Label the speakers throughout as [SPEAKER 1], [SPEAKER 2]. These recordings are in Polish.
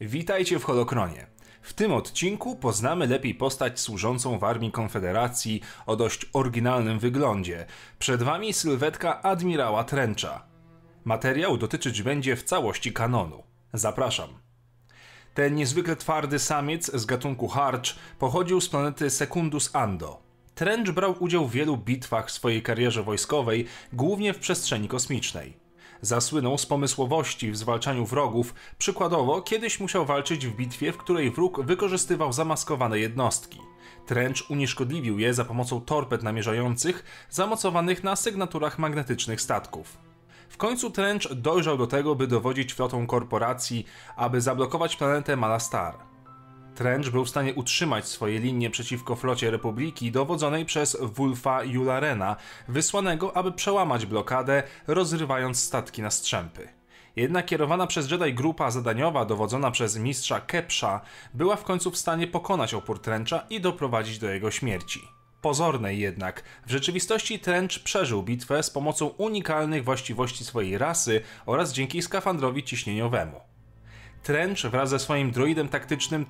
[SPEAKER 1] Witajcie w Holokronie. W tym odcinku poznamy lepiej postać służącą w armii Konfederacji o dość oryginalnym wyglądzie. Przed wami sylwetka admirała Trencha. Materiał dotyczyć będzie w całości kanonu. Zapraszam. Ten niezwykle twardy samiec z gatunku Harch pochodził z planety Secundus Ando. Trench brał udział w wielu bitwach w swojej karierze wojskowej, głównie w przestrzeni kosmicznej. Zasłynął z pomysłowości w zwalczaniu wrogów, przykładowo kiedyś musiał walczyć w bitwie, w której wróg wykorzystywał zamaskowane jednostki. Trench unieszkodliwił je za pomocą torped namierzających zamocowanych na sygnaturach magnetycznych statków. W końcu Trench dojrzał do tego, by dowodzić flotą korporacji, aby zablokować planetę Malastar. Trench był w stanie utrzymać swoje linie przeciwko flocie Republiki dowodzonej przez Wulfa Yularena, wysłanego, aby przełamać blokadę, rozrywając statki na strzępy. Jednak kierowana przez Jedi grupa zadaniowa dowodzona przez mistrza Kepsha była w końcu w stanie pokonać opór Trencha i doprowadzić do jego śmierci. Pozornej jednak. W rzeczywistości Trench przeżył bitwę z pomocą unikalnych właściwości swojej rasy oraz dzięki skafandrowi ciśnieniowemu. Trench wraz ze swoim droidem taktycznym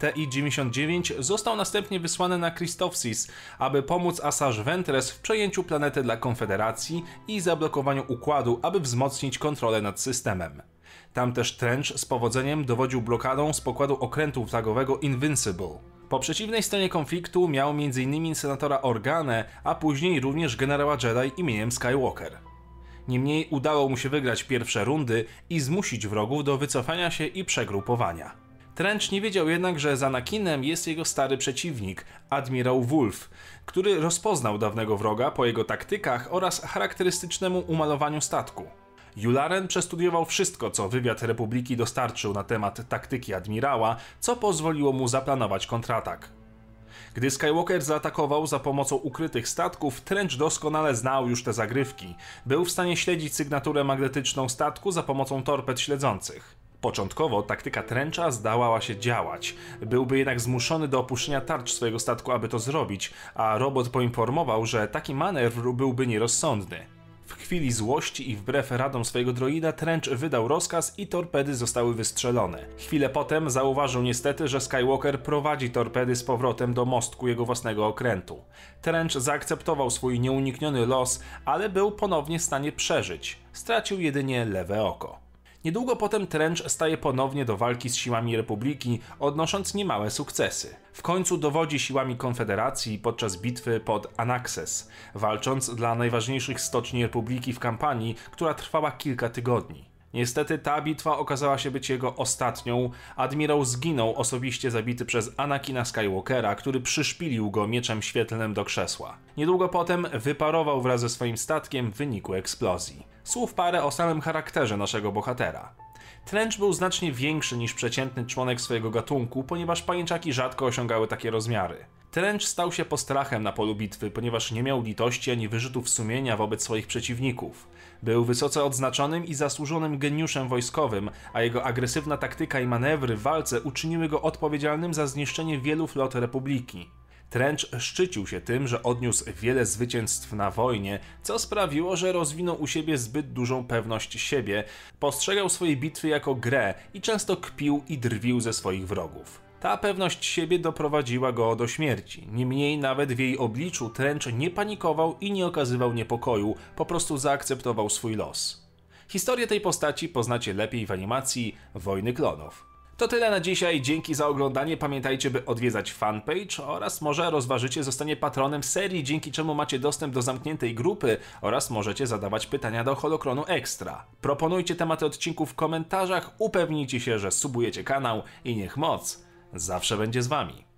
[SPEAKER 1] TI-99 został następnie wysłany na Christophsis, aby pomóc Asajj Ventress w przejęciu planety dla Konfederacji i zablokowaniu układu, aby wzmocnić kontrolę nad systemem. Tam też Trench z powodzeniem dowodził blokadą z pokładu okrętu flagowego Invincible. Po przeciwnej stronie konfliktu miał m.in. senatora Organę, a później również generała Jedi imieniem Skywalker. Niemniej udało mu się wygrać pierwsze rundy i zmusić wrogów do wycofania się i przegrupowania. Trench nie wiedział jednak, że za Anakinem jest jego stary przeciwnik, admirał Wulf, który rozpoznał dawnego wroga po jego taktykach oraz charakterystycznemu umalowaniu statku. Yularen przestudiował wszystko, co wywiad Republiki dostarczył na temat taktyki admirała, co pozwoliło mu zaplanować kontratak. Gdy Skywalker zaatakował za pomocą ukrytych statków, Trench doskonale znał już te zagrywki. Był w stanie śledzić sygnaturę magnetyczną statku za pomocą torped śledzących. Początkowo taktyka Trencha zdawała się działać. Byłby jednak zmuszony do opuszczenia tarcz swojego statku, aby to zrobić, a robot poinformował, że taki manewr byłby nierozsądny. W chwili złości i wbrew radom swojego droida Trench wydał rozkaz i torpedy zostały wystrzelone. Chwilę potem zauważył niestety, że Skywalker prowadzi torpedy z powrotem do mostku jego własnego okrętu. Trench zaakceptował swój nieunikniony los, ale był ponownie w stanie przeżyć. Stracił jedynie lewe oko. Niedługo potem Trench staje ponownie do walki z siłami Republiki, odnosząc niemałe sukcesy. W końcu dowodzi siłami Konfederacji podczas bitwy pod Anaxes, walcząc dla najważniejszych stoczni Republiki w kampanii, która trwała kilka tygodni. Niestety ta bitwa okazała się być jego ostatnią. Admirał zginął osobiście zabity przez Anakina Skywalkera, który przyszpilił go mieczem świetlnym do krzesła. Niedługo potem wyparował wraz ze swoim statkiem w wyniku eksplozji. Słów parę o samym charakterze naszego bohatera. Trench był znacznie większy niż przeciętny członek swojego gatunku, ponieważ pajęczaki rzadko osiągały takie rozmiary. Trench stał się postrachem na polu bitwy, ponieważ nie miał litości ani wyrzutów sumienia wobec swoich przeciwników. Był wysoce odznaczonym i zasłużonym geniuszem wojskowym, a jego agresywna taktyka i manewry w walce uczyniły go odpowiedzialnym za zniszczenie wielu flot Republiki. Trench szczycił się tym, że odniósł wiele zwycięstw na wojnie, co sprawiło, że rozwinął u siebie zbyt dużą pewność siebie, postrzegał swoje bitwy jako grę i często kpił i drwił ze swoich wrogów. Ta pewność siebie doprowadziła go do śmierci. Niemniej nawet w jej obliczu Trench nie panikował i nie okazywał niepokoju, po prostu zaakceptował swój los. Historię tej postaci poznacie lepiej w animacji Wojny Klonów. To tyle na dzisiaj, dzięki za oglądanie, pamiętajcie, by odwiedzać fanpage oraz może rozważycie zostanie patronem serii, dzięki czemu macie dostęp do zamkniętej grupy oraz możecie zadawać pytania do Holokronu Extra. Proponujcie tematy odcinków w komentarzach, upewnijcie się, że subujecie kanał i niech moc zawsze będzie z wami.